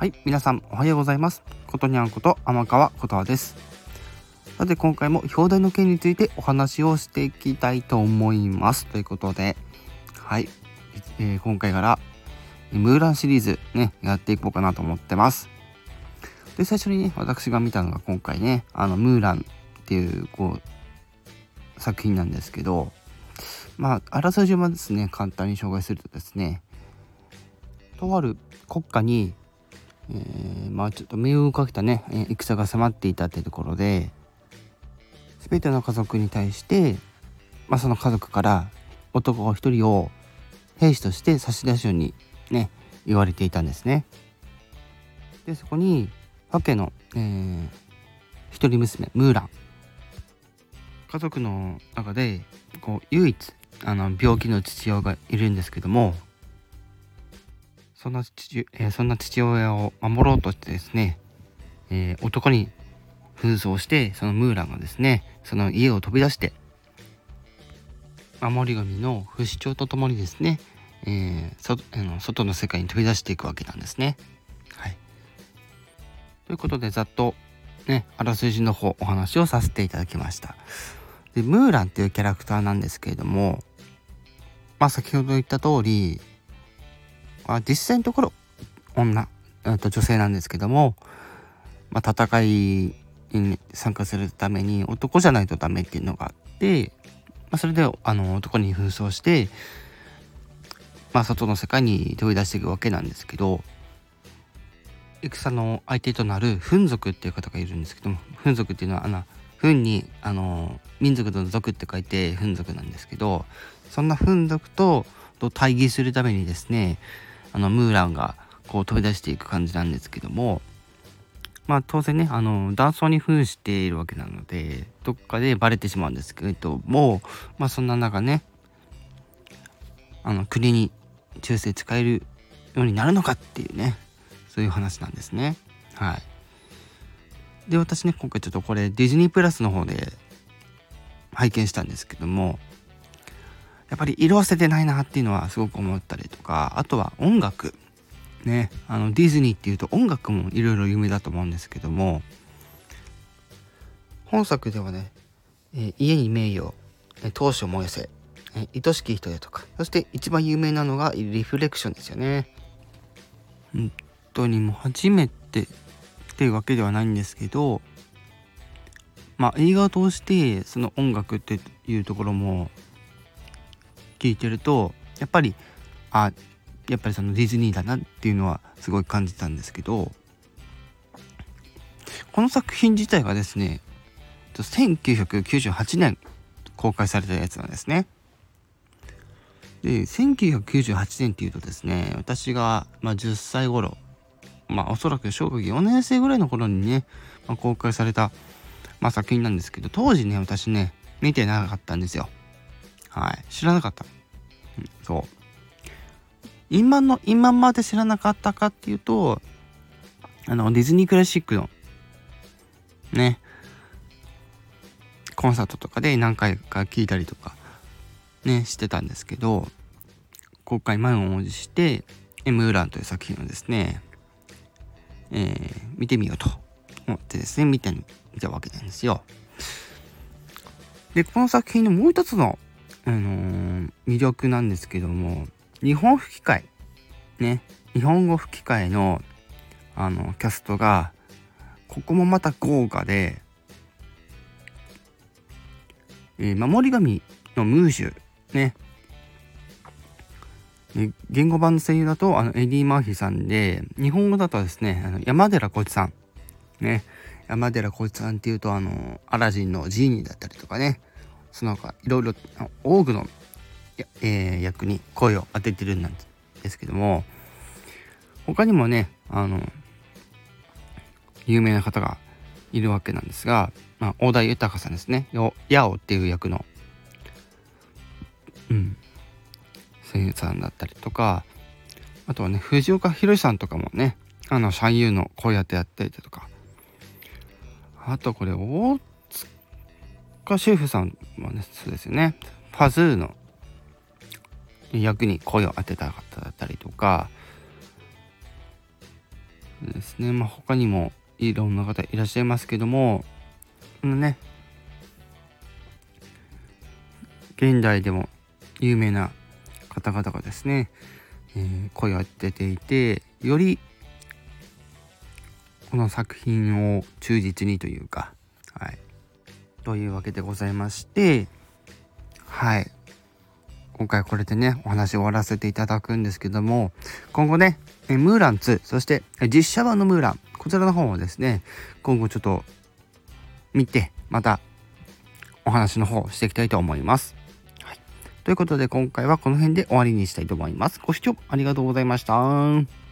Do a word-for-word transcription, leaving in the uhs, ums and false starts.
はい、皆さんおはようございます。ことにゃんこと天川ことわです。さて今回も表題の件についてお話をしていきたいと思いますということで、はい、えー、今回からムーランシリーズねやっていこうかなと思ってます。で最初にね私が見たのが今回ねあのムーランっていうこう作品なんですけど、まああらすじをですね簡単に紹介するとですね、とある国家に、えー、まあちょっと命運をかけたね戦が迫っていたっていうところで、全ての家族に対して、まあ、その家族から男一人を兵士として差し出すようにね言われていたんですね。でそこにファケの、えー、一人娘ムーラン、家族の中でこう唯一あの病気の父親がいるんですけども、そんな父、えー、そんな父親を守ろうとしてですね、えー、男に紛争して、そのムーランがですねその家を飛び出して守り神の不死鳥とともにですね、えー、そあの外の世界に飛び出していくわけなんですね。はい、ということでざっとねあらすじの方お話をさせていただきました。でムーランっていうキャラクターなんですけれども、まあ先ほど言った通り、まあ、実際のところ女と女性なんですけども、まあ、戦いに参加するために男じゃないとダメっていうのがあって、まあ、それであの男に紛争して、まあ、外の世界に飛び出していくわけなんですけど、戦の相手となるフン族っていう方がいるんですけども、フン族っていうのはあのフンにあの民族の族って書いてフン族なんですけど、そんなフン族とと対義するためにですね、あのムーランがこう飛び出していく感じなんですけども、まあ当然ねあの男装に扮しているわけなのでどっかでバレてしまうんですけども、まあそんな中ねあの国に忠誠使えるようになるのかっていうね、そういう話なんですね。はい。で私ね今回ちょっとこれディズニープラスの方で拝見したんですけども、やっぱり色あせてないなっていうのはすごく思ったりとか、あとは音楽ね、あのディズニーっていうと音楽もいろいろ有名だと思うんですけども、本作ではね、えー、家に名誉、えー、闘志を燃やせ、えー、愛しき人へとか、そして一番有名なのがリフレクションですよね。本当にもう初めてっていうわけではないんですけど、まあ映画を通してその音楽っていうところも聞いてると、やっぱりあやっぱりそのディズニーだなっていうのはすごい感じたんですけど、この作品自体がですねせんきゅうひゃくきゅうじゅうはちねん公開されたやつなんですね。でせんきゅうひゃくきゅうじゅうはちねんっていうとですね、私が、まあ、じゅっさい頃、まあおそらく小学よねん生ぐらいの頃にね、まあ、公開された、まあ、作品なんですけど、当時ね私ね見てなかったんですよ。はい、知らなかった、うん、そう今の今まで知らなかったかっていうと、あのディズニークラシックのねコンサートとかで何回か聞いたりとかねしてたんですけど、公開前をもじしてムーランという作品をですね、えー、見てみようと思ってですね見てみたわけなんですよ。でこの作品のもう一つの、あのー、魅力なんですけども、日本吹き替えね日本語吹き替えのあのキャストがここもまた豪華で、えー、守り神のムーシュね、言語版の声優だとあのエディ・マーフィーさんで、日本語だとですねあの山寺宏一さんね、山寺宏一さんっていうとあのアラジンのジーニーだったりとかね、その他いろいろオーグの、えー、役に声を当ててるんですけども、他にもねあの有名な方がいるわけなんですが、まあ、大田豊さんですね、ヤオっていう役のうん声優さんだったりとか、あとはね藤岡弘さんとかもねあの俳優の声当てやっていたりとか、あとこれ大塚シェフさんもねそうですよね、ファズーの役に声を当てた方だったりとか、 ですね、まあ、他にもいろんな方いらっしゃいますけども、このね、現代でも有名な方々がですね、えー、声を当てていて、よりこの作品を忠実にというか、はい、というわけでございまして、はい、今回これでねお話を終わらせていただくんですけども、今後ねムーランツー、そして実写版のムーラン、こちらの方をですね今後ちょっと見て、またお話の方をしていきたいと思います。はい、ということで今回はこの辺で終わりにしたいと思います。ご視聴ありがとうございました。